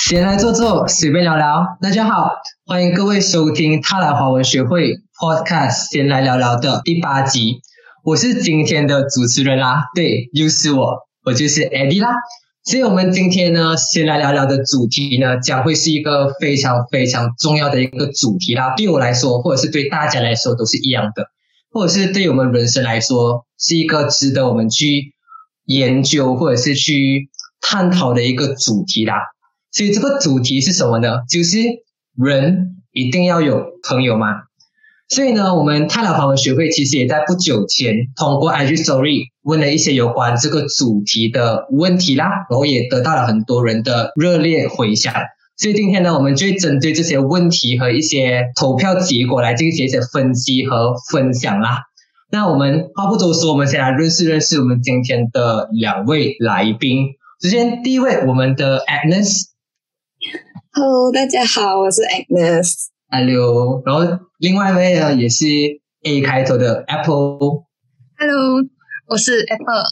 闲来坐坐，随便聊聊。大家好，欢迎各位收听泰来华文学会 Podcast 闲来聊聊的第8集。我是今天的主持人啦，对，又是我就是 Eddie 啦。所以我们今天呢，闲来聊聊的主题呢，将会是一个非常非常重要的一个主题啦。对我来说，或者是对大家来说，都是一样的，或者是对我们人生来说，是一个值得我们去研究或者是去探讨的一个主题啦。所以这个主题是什么呢？就是人一定要有朋友吗？所以呢，我们泰来华文学会其实也在不久前通过 IG Story 问了一些有关这个主题的问题啦，然后也得到了很多人的热烈回响。所以今天呢，我们就会针对这些问题和一些投票结果来进行一些分析和分享啦。那我们话不多说，我们先来认识我们今天的2位来宾。首先第一位，我们的 Agnes。Hello， 大家好，我是 Agnes。Hello， 然后另外一位呢也是 A 开头的 Apple。Hello， 我是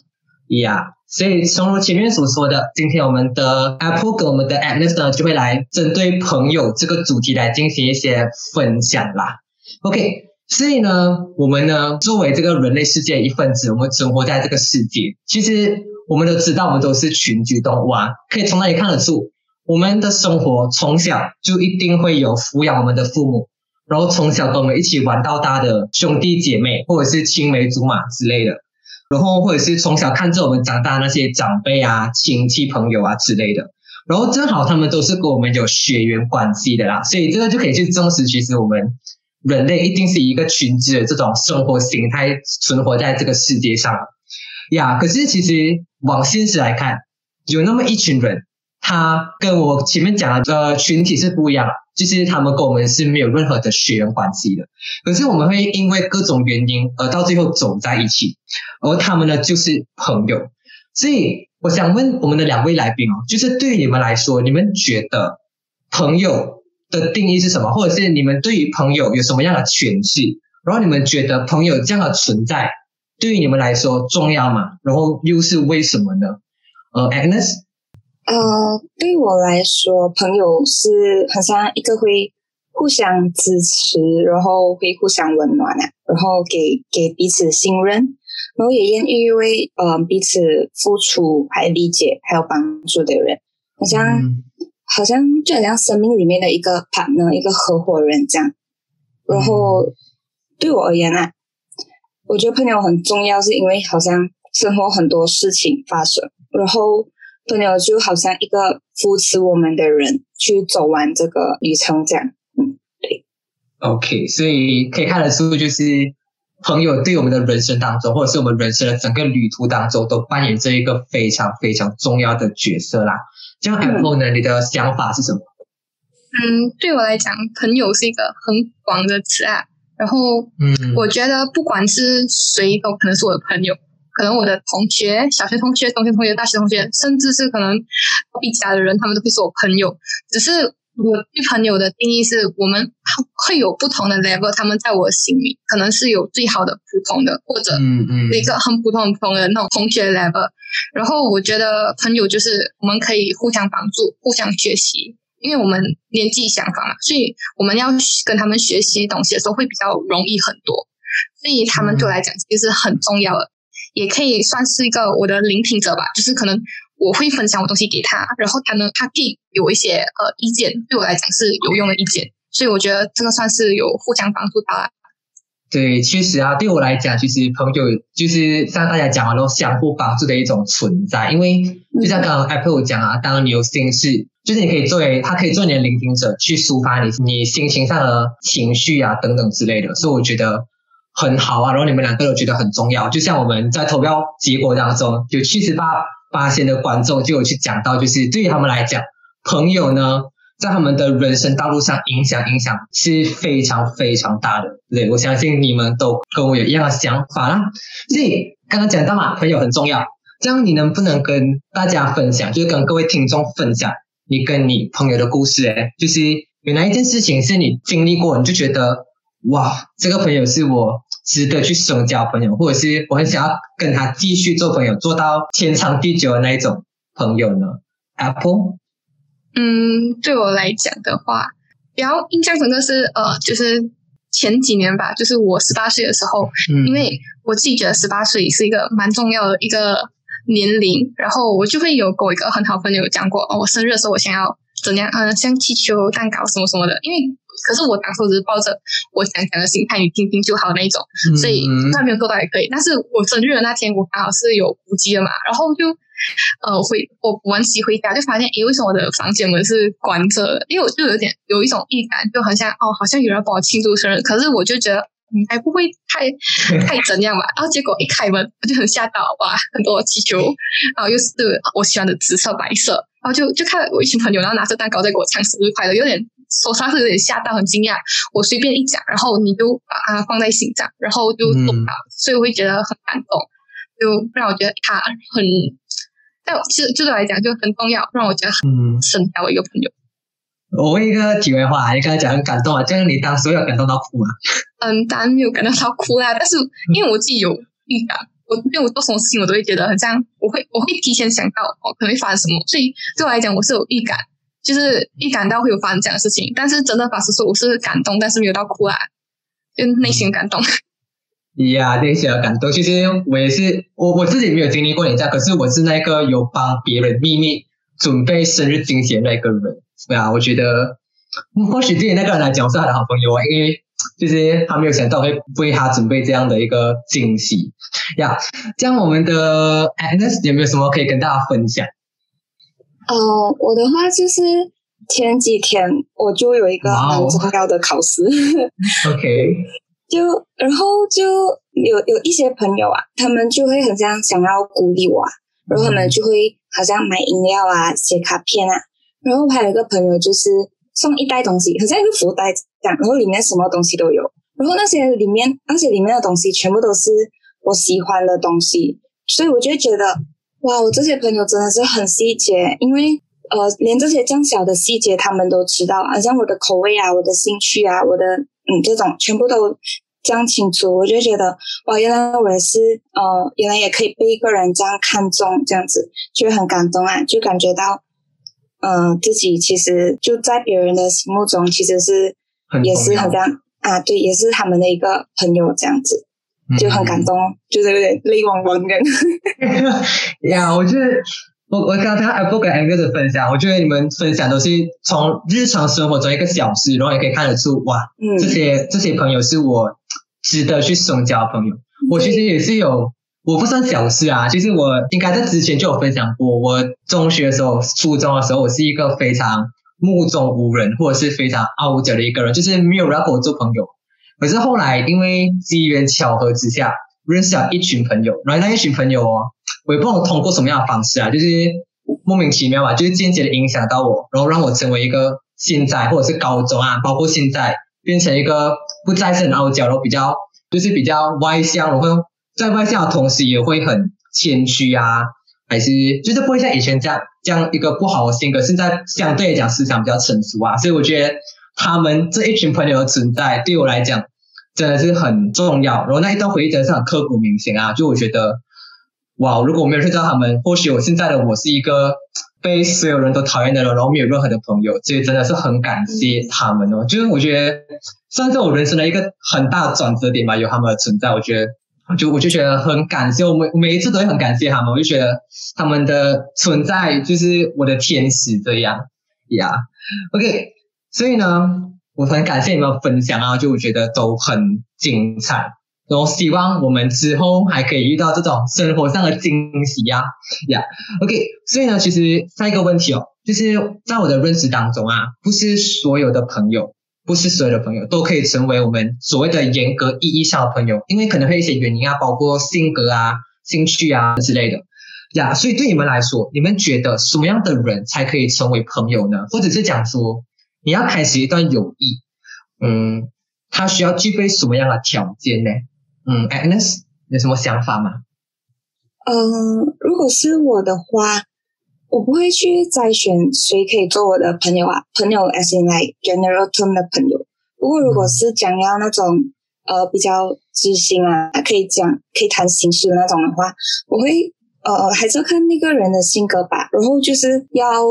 Apple。 所以正如前面所说的，今天我们的 Apple 跟我们的 Agnes 呢就会来针对朋友这个主题来进行一些分享啦。OK， 所以呢，我们呢作为这个人类世界的一份子，我们生活在这个世界，其实我们都知道我们都是群居动物啊，可以从哪里看得出？我们的生活从小就一定会有抚养我们的父母，然后从小跟我们一起玩到大的兄弟姐妹或者是青梅竹马之类的，然后或者是从小看着我们长大那些长辈啊、亲戚朋友啊之类的，然后正好他们都是跟我们有血缘关系的啦，所以这个就可以去证实其实我们人类一定是一个群居的这种生活形态存活在这个世界上可是其实往现实来看，有那么一群人，他跟我前面讲的群体是不一样的，就是他们跟我们是没有任何的血缘关系的，可是我们会因为各种原因而到最后走在一起，而他们呢就是朋友。所以我想问我们的2位来宾就是对于你们来说，你们觉得朋友的定义是什么，或者是你们对于朋友有什么样的诠释，然后你们觉得朋友这样的存在对于你们来说重要吗？然后又是为什么呢？Agnes？ 对我来说，朋友是好像一个会互相支持，然后会互相温暖然后给彼此信任，然后也愿意为彼此付出，还理解，还有帮助的人，好像就好像生命里面的一个 partner， 一个合伙人这样。然后对我而言我觉得朋友很重要，是因为好像生活很多事情发生，然后朋友就好像一个扶持我们的人去走完这个旅程这样。对。 OK， 所以可以看得出就是朋友对我们的人生当中，或者是我们人生的整个旅途当中都扮演着一个非常非常重要的角色啦。这样 Apple 呢，你的想法是什么？ 对我来讲，朋友是一个很广的词然后我觉得不管是谁都可能是我的朋友，可能我的同学、小学同学、中学同学、大学同学，甚至是可能比家的人，他们都会是我朋友。只是我对朋友的定义是，我们会有不同的 level， 他们在我的心里可能是有最好的、普通的，或者一个很普通的那种同学 level。然后我觉得朋友就是我们可以互相帮助、互相学习，因为我们年纪相仿嘛，所以我们要跟他们学习东西的时候会比较容易很多。所以他们对我来讲其实很重要的。也可以算是一个我的聆听者吧，就是可能我会分享我东西给他，然后他可以有一些意见，对我来讲是有用的意见，所以我觉得这个算是有互相帮助到对，确实对我来讲，其实朋友就是像大家讲的相互帮助的一种存在，因为就像刚刚 Apple 讲当你有心事，就是他可以做你的聆听者，去抒发你心情上的情绪等等之类的，所以我觉得很好然后你们2个都觉得很重要，就像我们在投票结果当中有78%的观众就有去讲到，就是对于他们来讲，朋友呢在他们的人生道路上影响是非常非常大的。对，我相信你们都跟我有一样的想法啦。所以刚刚讲到朋友很重要，这样你能不能跟大家分享，就是跟各位听众分享你跟你朋友的故事就是有哪一件事情是你经历过，你就觉得哇，这个朋友是我值得去深交朋友，或者是我很想要跟他继续做朋友，做到天长地久的那一种朋友呢？ Apple？ 对我来讲的话，比较印象深刻是就是前几年吧，就是我18岁的时候，因为我自己觉得18岁是一个蛮重要的一个年龄，然后我就会有跟我一个很好朋友讲过，我生日的时候我想要怎样，像气球、蛋糕什么什么的，因为可是我当时只是抱着我想讲的心态，你听听就好那一种，所以就算没有做到也可以。但是我生日的那天，我刚好是有补给的嘛，然后就我补完习回家就发现，为什么我的房间门是关着的？因为我就有一种预感，就好像好像有人帮我庆祝生日，可是我就觉得应该不会太怎样吧。然后结果一开门，我就很吓到，哇，很多气球，然后又是我喜欢的紫色、白色，然后就看我一群朋友，然后拿着蛋糕在给我唱生日快乐，有点手上是有点吓到，很惊讶。我随便一讲，然后你就把它放在心上，然后就动到，所以我会觉得很感动，就让我觉得他很。但其实对我来讲就很重要，让我觉得很深交的一个朋友。 我问一个题外话，你刚才讲很感动啊，这样你当时有感动到哭吗？ 当然没有感动到哭啦，但是因为我自己有预感，因为我做什么事情我都会觉得很像，我会提前想到可能会发生什么，所以对我来讲我是有预感，就是预感到会有发生这样的事情，但是真的发生时候我是感动，但是没有到哭啦，就内心感动。 内心的感动。其实我也是，我自己没有经历过你这样，可是我是那个有帮别人秘密准备生日惊喜的那个人。对啊，我觉得或许对于那个人来讲我是他的好朋友啊，因为就是他没有想到会为他准备这样的一个惊喜呀。这样我们的 Agnes 有没有什么可以跟大家分享？ 我的话就是前几天我就有一个很重要的考试 OK 然后就有一些朋友啊，他们就会很想要鼓励我啊，然后他们就会好像买饮料啊、写卡片啊，然后还有一个朋友就是送一袋东西，好像一个福袋这样，然后里面什么东西都有，然后那些里面的东西全部都是我喜欢的东西，所以我就觉得哇，我这些朋友真的是很细节，因为连这些这样小的细节他们都知道，好像我的口味啊、我的兴趣啊、我的这种全部都这样清楚，我就觉得哇，原来我也是原来也可以被一个人这样看中，这样子就很感动啊，就感觉到自己其实就在别人的心目中其实是也是很这样啊，对，也是他们的一个朋友这样子，就很感动，就是有点泪汪汪的。 呀，我觉得我刚才 Apple 跟 Agnes 的分享，我觉得你们分享都是从日常生活中一个小事，然后也可以看得出哇，这些朋友是我值得去深交的朋友。我其实也是有，我不算小事啊，其实我应该在之前就有分享过，我中学的时候、初中的时候，我是一个非常目中无人或者是非常傲娇的一个人，就是没有人跟我做朋友。可是后来因为机缘巧合之下，认识了一群朋友，然后那一群朋友我也不知道通过什么样的方式啊，就是莫名其妙吧，就是间接的影响到我，然后让我成为一个现在或者是高中啊，包括现在变成一个不再是很傲娇，然后比较外向，然后在外向的同时也会很谦虚啊，还是就是不会像以前这样一个不好的性格，现在相对来讲思想比较成熟啊，所以我觉得他们这一群朋友的存在对我来讲真的是很重要，然后那一段回忆真的是很刻骨铭心啊，就我觉得哇，如果我没有认识到他们，或许我现在的我是一个被所有人都讨厌的人，然后没有任何的朋友，所以真的是很感谢他们哦。就是我觉得算是我人生的一个很大的转折点吧，有他们的存在，我就觉得很感谢，我每一次都会很感谢他们，我就觉得他们的存在就是我的天使这样呀。OK， 所以呢，我很感谢你们的分享啊，就我觉得都很精彩。然后希望我们之后还可以遇到这种生活上的惊喜呀，OK， 所以呢，其实下一个问题就是在我的认识当中啊，不是所有的朋友都可以成为我们所谓的严格意义上的朋友，因为可能会有一些原因啊，包括性格啊、兴趣啊之类的呀。所以对你们来说，你们觉得什么样的人才可以成为朋友呢？或者是讲说，你要开始一段友谊，它需要具备什么样的条件呢？Agnes 有什么想法吗？ 如果是我的话，我不会去筛选谁可以做我的朋友啊，朋友 as in like general term 的朋友。不过如果是讲要那种比较知心啊，可以谈心事的那种的话，我会还是看那个人的性格吧。然后就是要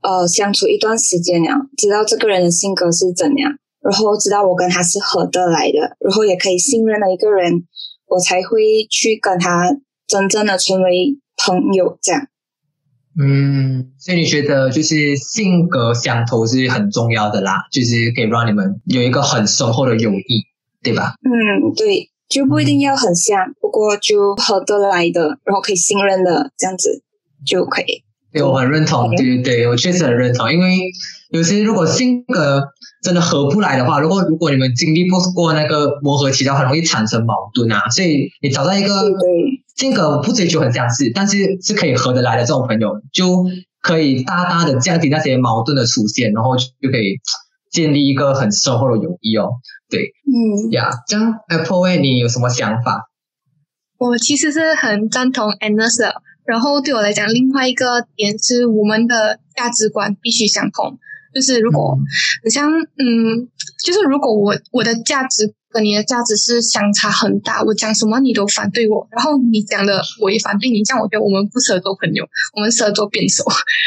相处一段时间了，知道这个人的性格是怎样，然后知道我跟他是合得来的，然后也可以信任的一个人，我才会去跟他真正的成为朋友这样。 所以你觉得就是性格相投是很重要的啦，就是可以让你们有一个很深厚的友谊，对吧？ 对，就不一定要很像，不过就合得来的，然后可以信任的这样子就可以。 对，我很认同，对，我确实很认同，因为有些如果性格真的合不来的话，如果你们经历不过那个磨合期的话，很容易产生矛盾啊。所以你找到一个性格不追求很相似，但是是可以合得来的这种朋友，就可以大大的降低那些矛盾的出现，然后就可以建立一个很深厚的友谊哦。对，这样 Apple 你有什么想法？ 我其实是很赞同 Agnes 的。然后对我来讲，另外一个点是我们的价值观必须相同。就是如果很像就是如果我的价值跟你的价值是相差很大，我讲什么你都反对我，然后你讲的我也反对你，这样我觉得我们不适合做朋友，我们适合做辩手。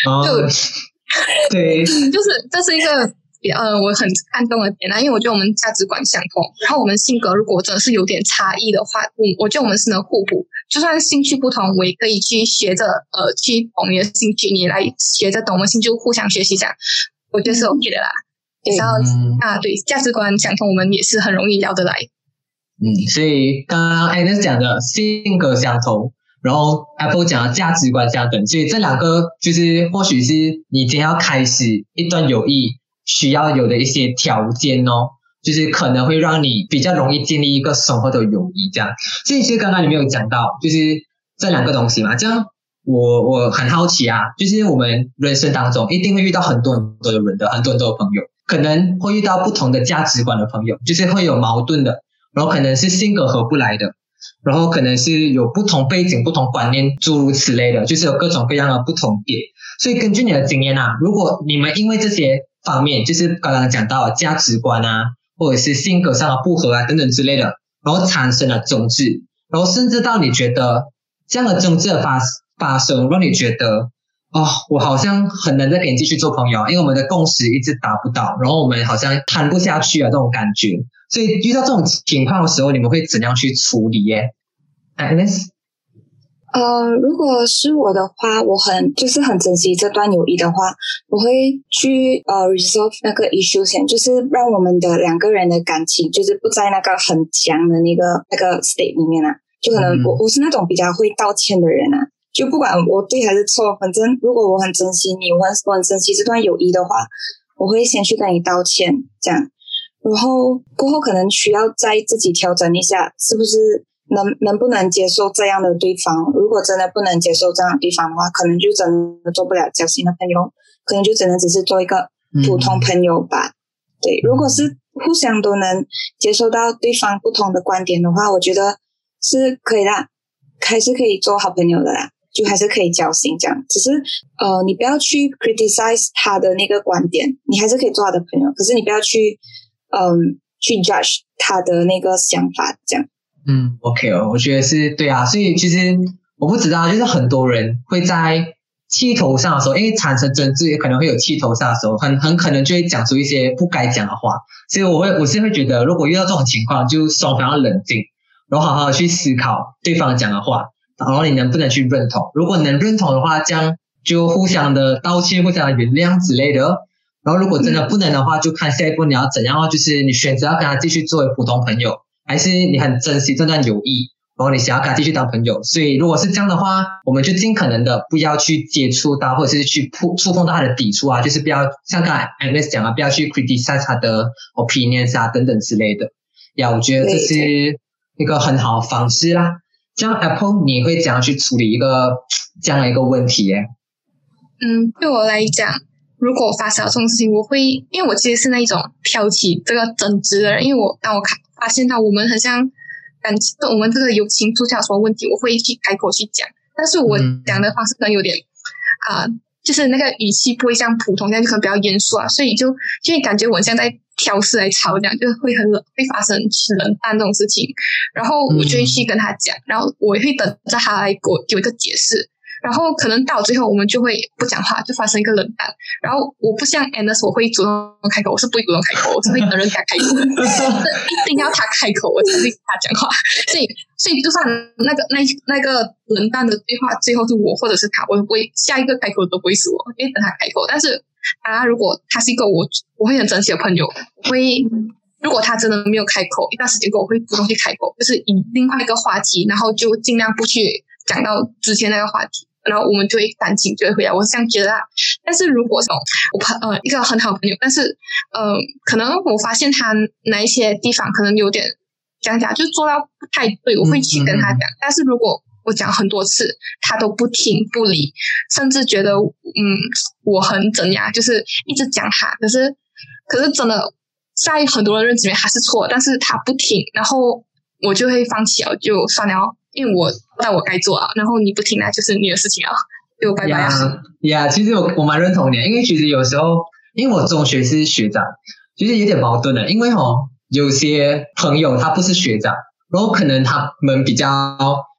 对， 就是这是一个我很看重的点啦，因为我觉得我们价值观相同，然后我们性格如果真的是有点差异的话，我觉得我们是能互补。就算兴趣不同，我也可以去学着去懂你的兴趣，你来学着懂我们兴趣，互相学习这样，我觉得是 OK 的啦。然后对，价值观相同，我们也是很容易聊得来。 所以刚刚 Agnes 讲的性格相同，然后 Apple 讲的价值观相等，所以这两个就是或许是你今天要开始一段友谊需要有的一些条件哦，就是可能会让你比较容易建立一个深厚的友谊这样。所以其实刚刚你没有讲到就是这两个东西嘛，这样我很好奇啊，就是我们人生当中一定会遇到很多很多的人的，很多很多的朋友，可能会遇到不同的价值观的朋友，就是会有矛盾的，然后可能是性格合不来的，然后可能是有不同背景不同观念诸如此类的，就是有各种各样的不同点。所以根据你的经验啊，如果你们因为这些方面，就是刚刚讲到的价值观啊，或者是性格上的不合啊等等之类的，然后产生了争执，然后甚至到你觉得这样的争执的发生让你觉得我好像很难再跟你继续做朋友，因为我们的共识一直达不到，然后我们好像谈不下去啊这种感觉。所以遇到这种情况的时候，你们会怎样去处理耶 Agnes？ 如果是我的话，我很珍惜这段友谊的话，我会去resolve 那个 issue 先，就是让我们的两个人的感情就是不在那个很僵的那个 state 里面啊。就可能我是那种比较会道歉的人啊，就不管我对还是错，反正如果我很珍惜你，我很珍惜这段友谊的话，我会先去跟你道歉这样，然后过后可能需要再自己调整一下，是不是能不能接受这样的对方。如果真的不能接受这样的对方的话，可能就真的做不了交心的朋友，可能就只能只是做一个普通朋友吧。对，如果是互相都能接受到对方不同的观点的话，我觉得是可以啦，还是可以做好朋友的啦，就还是可以交心这样。只是你不要去 criticize 他的那个观点，你还是可以做他的朋友，可是你不要去judge 他的那个想法这样。 OK 我觉得是对啊。所以其实我不知道，就是很多人会在气头上的时候，因为产生争执也可能会有气头上的时候，很可能就会讲出一些不该讲的话。所以我是会觉得，如果遇到这种情况，就双方要冷静，然后好好的去思考对方讲的话，然后你能不能去认同。如果能认同的话，这样就互相的道歉，互相的原谅之类的。然后如果真的不能的话，就看下一步你要怎样，就是你选择要跟他继续作为普通朋友，还是你很珍惜这段友谊，然后你想要跟他继续当朋友。所以如果是这样的话，我们就尽可能的不要去接触到，或者是去触碰到他的抵触啊，就是不要像刚才 Agnes 讲啊，不要去 criticize 他的 opinions 啊等等之类的。我觉得这是一个很好的方式啦。这样 Apple 你会怎样去处理这样的一个问题耶？ 对我来讲，如果发生这种事情，我会，因为我其实是那一种挑起这个争执的人，因为当我发现到我们很像我们这个友情出现了什么问题，我会去开口去讲，但是我讲的方式可能有点就是那个语气不会像普通这样，就可能比较严肃啊，所以就会感觉我像在挑事来吵这样，就会会发生冷淡这种事情。然后我就会去跟他讲，然后我会等着他来给我一个解释。 然后可能到最后我们就会不讲话，就发生一个冷淡。然后我不像 Agnes 我会主动开口，我是不会主动开口，我只会等人家开口，一定要他开口我才会跟他讲话。所以就算那个冷淡的对话最后是我或者是他，我不会下一个开口都不会是我，因为等他开口。但是如果他是一个我会很珍惜的朋友，如果他真的没有开口，一段时间过后我会主动去开口，就是以另外一个话题，然后就尽量不去讲到之前那个话题，然后我们就会感情就会回来，我是这样觉得啦。但是如果我一个很好的朋友，但是可能我发现他哪一些地方可能有点讲就做到不太对，我会去跟他讲。但是如果我讲很多次他都不听不理，甚至觉得我很怎样，就是一直讲他，可是真的在很多人认知里面他是错，但是他不听，然后我就会放弃了，就算了，因为我该做啊，然后你不听啊，就是你的事情啊，就拜拜啊。 其实我蛮认同的，因为其实有时候因为我中学是学长，其实有点矛盾的，因为有些朋友他不是学长，然后可能他们比较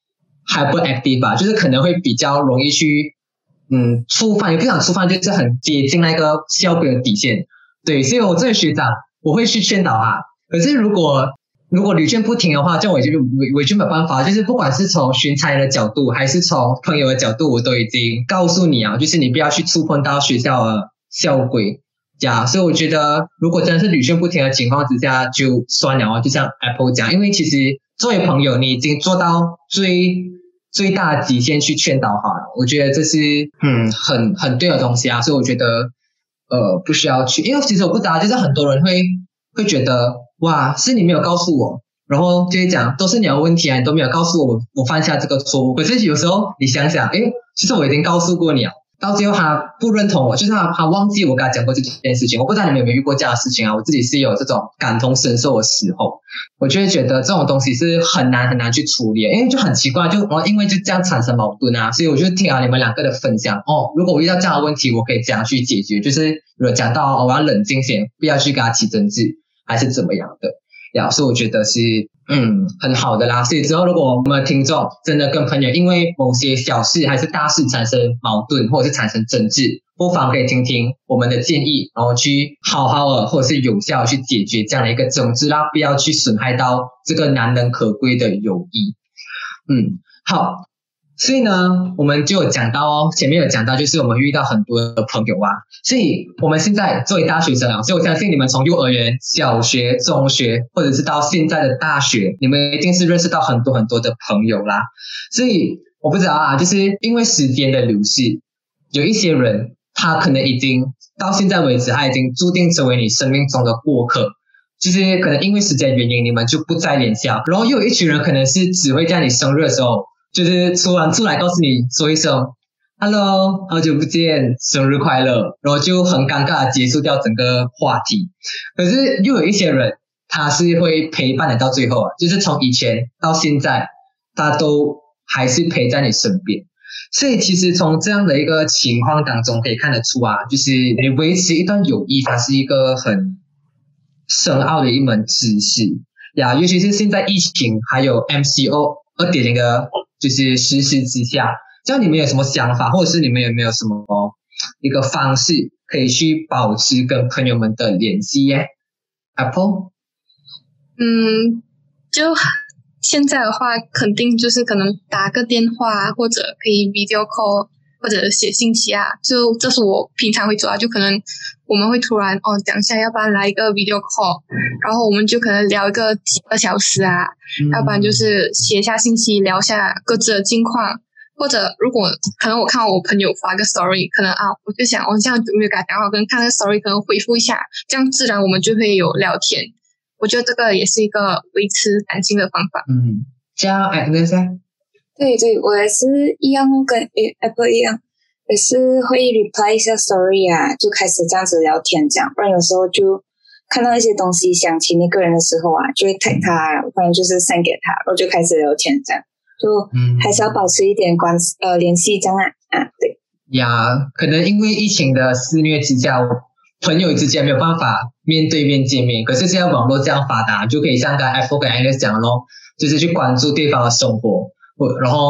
hyperactive 吧，就是可能会比较容易去触犯，也不想触犯，就是很接近那个校规的底线。对，所以我这个学长我会去劝导他，可是如果屡劝不听的话，这样我就没有办法，就是不管是从巡查的角度还是从朋友的角度，我都已经告诉你啊，就是你不要去触碰到学校的校规。所以我觉得如果真的是屡劝不听的情况之下就算了啊，就像 Apple 讲，因为其实作为朋友你已经做到最大的极限去劝导他了，我觉得这是很对的东西啊，所以我觉得不需要去，因为其实我不知道，就是很多人会觉得哇，是你没有告诉我，然后就会讲都是你的问题啊，你都没有告诉我犯下这个错误。可是有时候你想想，其实我已经告诉过你了，到最后他不认同我，就是他忘记我跟他讲过这件事情。我不知道你们有没有遇过这样的事情啊？我自己是有这种感同身受的时候，我就会觉得这种东西是很难去处理，因为就很奇怪，因为就这样产生矛盾啊。所以我就听了你们两个的分享如果我遇到这样的问题，我可以怎样去解决？就是如果讲到我要冷静些，不要去跟他起争执，还是怎么样的。所以我觉得是很好的啦。所以之后如果我们的听众真的跟朋友因为某些小事还是大事产生矛盾或者是产生争执，不妨可以听听我们的建议，然后去好好的或者是有效去解决这样的一个争执啦，不要去损害到这个难能可贵的友谊。好，所以呢我们就有讲到前面有讲到，就是我们遇到很多的朋友啊，所以我们现在作为大学生啊，所以我相信你们从幼儿园、小学、中学或者是到现在的大学，你们一定是认识到很多很多的朋友啦。所以我不知道啊，就是因为时间的流逝，有一些人他可能已经到现在为止他已经注定成为你生命中的过客，就是可能因为时间原因你们就不再联系，然后又有一群人可能是只会在你生日的时候就是突然出来告诉你说一声 Hello 好久不见生日快乐，然后就很尴尬的结束掉整个话题。可是又有一些人他是会陪伴你到最后就是从以前到现在他都还是陪在你身边。所以其实从这样的一个情况当中可以看得出啊，就是你维持一段友谊它是一个很深奥的一门知识尤其是现在疫情还有 MCO 2.0 的就是实施之下，这样你们有什么想法，或者是你们有没有什么一个方式可以去保持跟朋友们的联系耶 Apple？ 就现在的话肯定就是可能打个电话，或者可以 video call， 或者写信息就这是我平常会做就可能我们会突然讲一下要不然来一个 video call， 然后我们就可能聊一个几个小时要不然就是写下信息聊下各自的近况，或者如果可能我看到我朋友发个 story， 可能我就想这样有没有跟他讲话，可能看那个 story 可能回复一下，这样自然我们就会有聊天。我觉得这个也是一个维持感情的方法。 这样 Agnes 对，我也是一样，跟 Apple 一样，也是会 reply 一下 story 就开始这样子聊天这样，不然有时候就看到一些东西想起那个人的时候就会 tag 他，不然就是 send 给他，然后就开始聊天这样，就还是要保持一点联系这样对可能因为疫情的肆虐之下，朋友之间没有办法面对面见面，可是现在网络这样发达，就可以像刚才 Apple 跟 Agnes 讲咯，就是去关注对方的生活，然后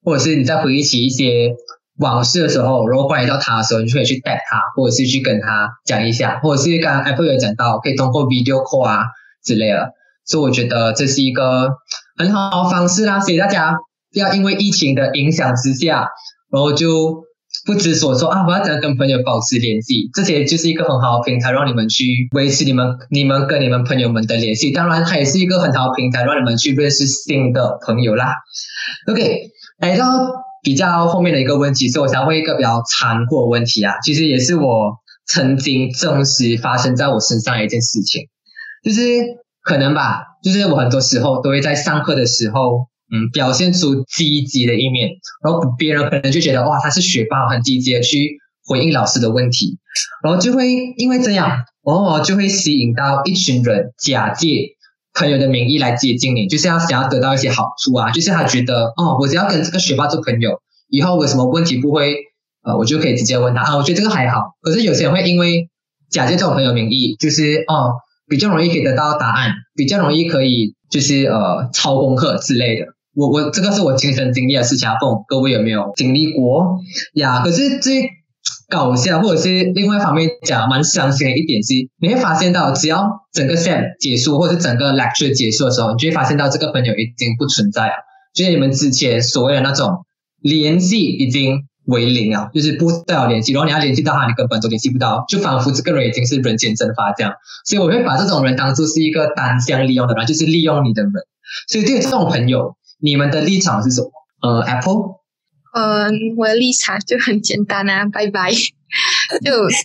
或者是你在回忆起一些往事的时候，然后关于到他的时候，你就可以去带他，或者是去跟他讲一下，或者是刚刚 Apple 有讲到可以通过 video call 啊之类的，所以我觉得这是一个很好的方式啦，所以大家不要因为疫情的影响之下，然后就不知所措啊！我要怎样跟朋友保持联系？这些就是一个很好的平台，让你们去维持你们跟你们朋友们的联系。当然，它也是一个很好的平台，让你们去认识新的朋友啦。OK， 来到比较后面的一个问题，是我想问一个比较残酷的问题啊，其实也是我曾经真实发生在我身上的一件事情，就是可能吧，就是我很多时候都会在上课的时候。表现出积极的一面，然后别人可能就觉得哇，他是学霸，很积极的去回应老师的问题，然后就会因为这样，就会吸引到一群人假借朋友的名义来接近你，就是想要得到一些好处啊，就是他觉得我只要跟这个学霸做朋友，以后有什么问题不会，我就可以直接问他啊，我觉得这个还好。可是有些人会因为假借这种朋友名义，就是比较容易可以得到答案，比较容易可以就是抄功课之类的。我这个是我亲身经历的事情啊，不懂各位有没有经历过呀？可是最搞笑或者是另外一方面讲蛮伤心的一点是，你会发现到只要整个 SEM 结束或者是整个 lecture 结束的时候，你就会发现到这个朋友已经不存在了，就是你们之前所谓的那种联系已经为零了，就是不再有联系，然后你要联系到他，你根本都联系不到，就仿佛这个人已经是人间蒸发这样。所以我会把这种人当作是一个单向利用的人，就是利用你的人。所以对于这种朋友，你们的立场是什么？Apple？ 我的立场就很简单啊，拜拜。就是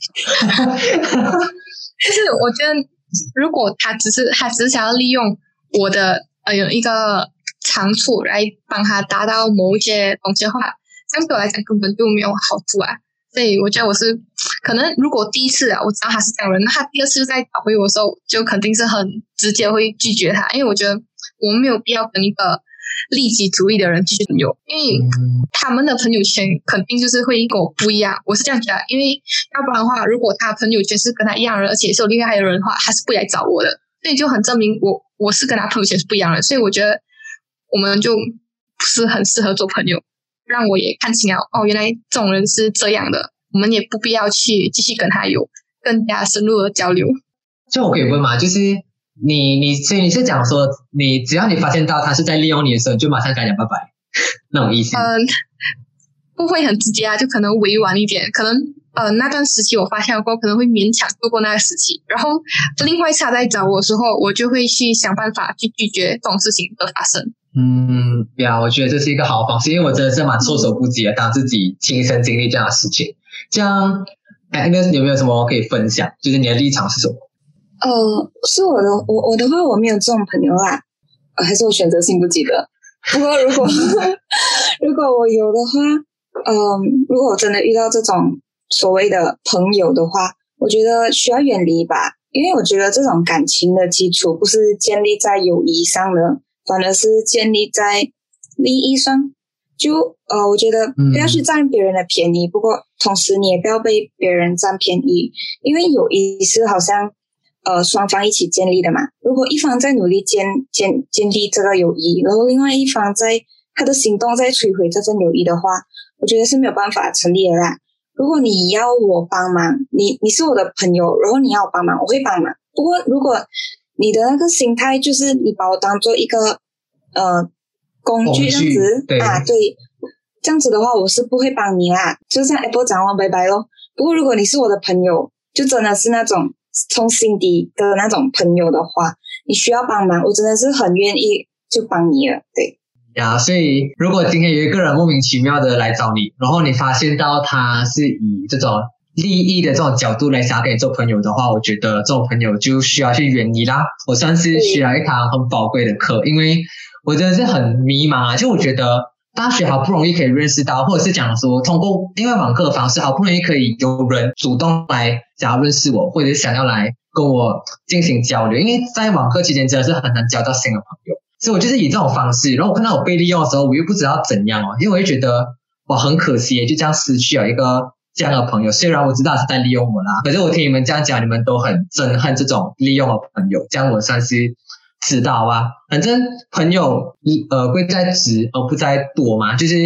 我觉得，如果他只是想要利用我的有一个长处来帮他达到某一些东西的话，这样对我来讲根本就没有好处啊。所以我觉得我是可能，如果第一次我知道他是这样的人，那他第二次再找回我的时候，就肯定是很直接会拒绝他，因为我觉得我没有必要跟一个利己主义的人继续朋友，因为他们的朋友圈肯定就是会跟我不一样，我是这样觉得。因为要不然的话，如果他朋友圈是跟他一样的人，而且是有厉害的人的话，他是不来找我的，所以就很证明我是跟他朋友圈是不一样的。所以我觉得我们就不是很适合做朋友，让我也看清了原来这种人是这样的，我们也不必要去继续跟他有更加深入的交流。 就我可以问嘛，就是所以你是讲说，你只要你发现到他是在利用你的时候，你就马上跟他讲拜拜那种意思？ 不会很直接啊，就可能委婉一点。可能那段时期我发现过，可能会勉强度过那个时期。然后另外一次他在找我的时候，我就会去想办法去拒绝这种事情的发生。 我觉得这是一个好方式，因为我真的是蛮措手不及的，当自己亲身经历这样的事情。这样 Agnes 有没有什么可以分享？就是你的立场是什么？ 是我的话，我没有这种朋友啦，还是我选择性不记得。不过如果我有的话，如果我真的遇到这种所谓的朋友的话，我觉得需要远离吧，因为我觉得这种感情的基础不是建立在友谊上的，反而是建立在利益上。就我觉得不要去占别人的便宜，不过同时你也不要被别人占便宜，因为友谊是好像双方一起建立的嘛。如果一方在努力建立这个友谊，然后另外一方在他的行动在摧毁这份友谊的话，我觉得是没有办法成立的啦。如果你要我帮忙，你是我的朋友，然后你要我帮忙，我会帮忙。不过如果你的那个心态就是你把我当做一个工具这样子对，这样子的话我是不会帮你啦，就像 Apple 讲完拜拜咯。不过如果你是我的朋友，就真的是那种从心底的那种朋友的话，你需要帮忙，我真的是很愿意就帮你了。对呀，所以如果今天有一个人莫名其妙的来找你，然后你发现到他是以这种利益的这种角度来想跟你做朋友的话，我觉得这种朋友就需要去远离啦。我算是学了一堂很宝贵的课，因为我真的是很迷茫啊，就我觉得大学好不容易可以认识到，或者是讲说通过因为网课的方式好不容易可以有人主动来想要认识我，或者是想要来跟我进行交流，因为在网课期间真的是很难交到新的朋友，所以我就是以这种方式，然后我看到我被利用的时候，我又不知道怎样因为我就觉得哇很可惜就这样失去了一个这样的朋友。虽然我知道是在利用我啦，可是我听你们这样讲，你们都很憎恨这种利用的朋友，这样我算是知道啊。反正朋友贵在值而不在多嘛，就是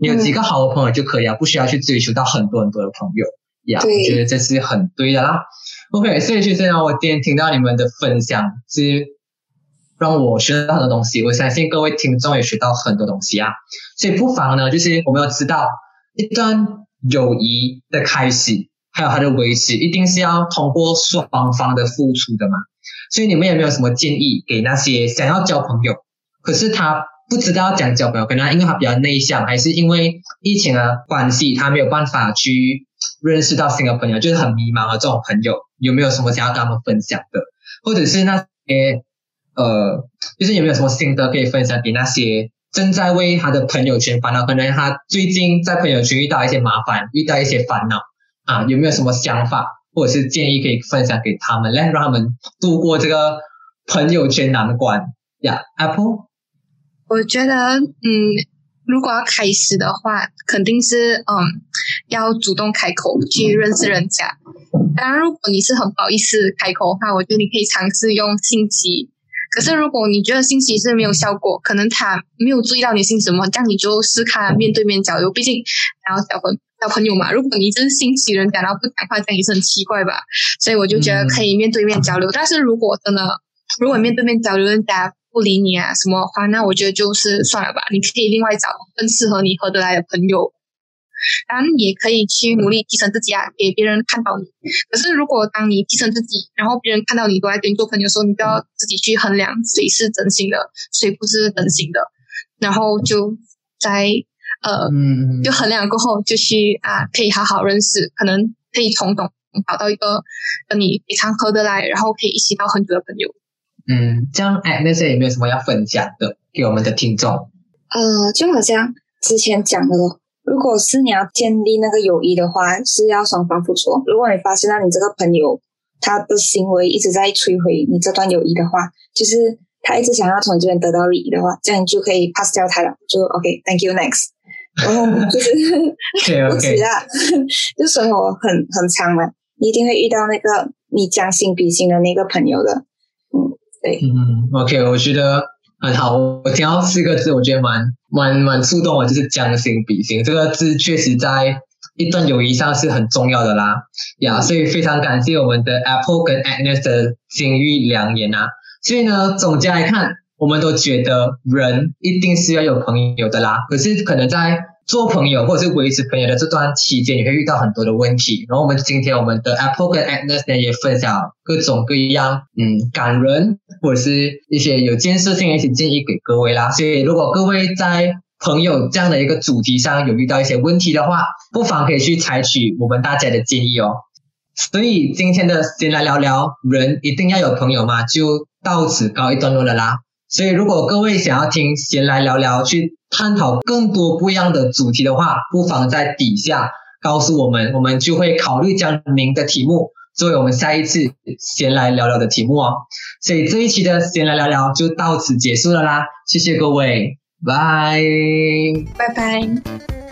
你有几个好的朋友就可以了，不需要去追求到很多很多的朋友呀。我觉得这是很对的啦。OK， 所以其实呢，我今天听到你们的分享是让我学到很多东西，我相信各位听众也学到很多东西啊。所以不妨呢，就是我们要知道一段友谊的开始还有它的维持一定是要通过双方的付出的嘛。所以你们有没有什么建议给那些想要交朋友可是他不知道讲交朋友，可能因为他比较内向，还是因为疫情的关系他没有办法去认识到新的朋友，就是很迷茫的这种朋友，有没有什么想要跟他们分享的？或者是那些就是有没有什么心得可以分享给那些正在为他的朋友圈烦恼，可能他最近在朋友圈遇到一些麻烦，遇到一些烦恼啊，有没有什么想法或者是建议可以分享给他们，让他们度过这个朋友圈难关呀？Apple， 我觉得如果要开始的话，肯定是要主动开口去认识人家。当然，如果你是很不好意思开口的话，我觉得你可以尝试用信息。可是如果你觉得信息是没有效果，可能他没有注意到你信什么，这样你就试看面对面交流。毕竟然后交朋友嘛，如果你真是信息人家然后不讲话，这样也是很奇怪吧。所以我就觉得可以面对面交流。但是如果面对面交流人家不理你啊什么的话，那我觉得就是算了吧，你可以另外找更适合你合得来的朋友。当然也可以去努力提升自己啊，给别人看到你。可是如果当你提升自己，然后别人看到你都来跟你做朋友的时候，你就要自己去衡量谁是真心的，谁不是真心的，然后就在就衡量过后就去可以好好认识，可能可以从中找到一个跟你非常合得来，然后可以一起到很久的朋友。 这样Agnes有没有什么要分享的给我们的听众？ 就好像之前讲的咯，如果是你要建立那个友谊的话，是要双方付出。如果你发现到你这个朋友他的行为一直在摧毁你这段友谊的话，就是他一直想要从这边得到利益的话，这样你就可以 pass 掉他了，就 OK thank you next。 然后就是不止啦，就生活很长嘛，你一定会遇到那个你将心比心的那个朋友的。对。 OK， 我觉得很好。我听到4个字，我觉得蛮触动我，就是将心比心。这个字确实在一段友谊上是很重要的啦。所以非常感谢我们的 Apple 跟 Agnes 的金玉良言啊。所以呢，总结来看，我们都觉得人一定是要有朋友的啦。可是可能在做朋友或者是维持朋友的这段期间，你会遇到很多的问题。然后今天我们的 Apple 跟 Agnes 呢也分享各种各样感人或者是一些有建设性的一些建议给各位啦。所以如果各位在朋友这样的一个主题上有遇到一些问题的话，不妨可以去采取我们大家的建议哦。所以今天的先来聊聊人一定要有朋友吗，就到此告一段落了啦。所以如果各位想要听先来聊聊去探讨更多不一样的主题的话，不妨在底下告诉我们，我们就会考虑将您的题目作为我们下一次先来聊聊的题目哦。所以这一期的先来聊聊就到此结束了啦，谢谢各位，拜拜拜。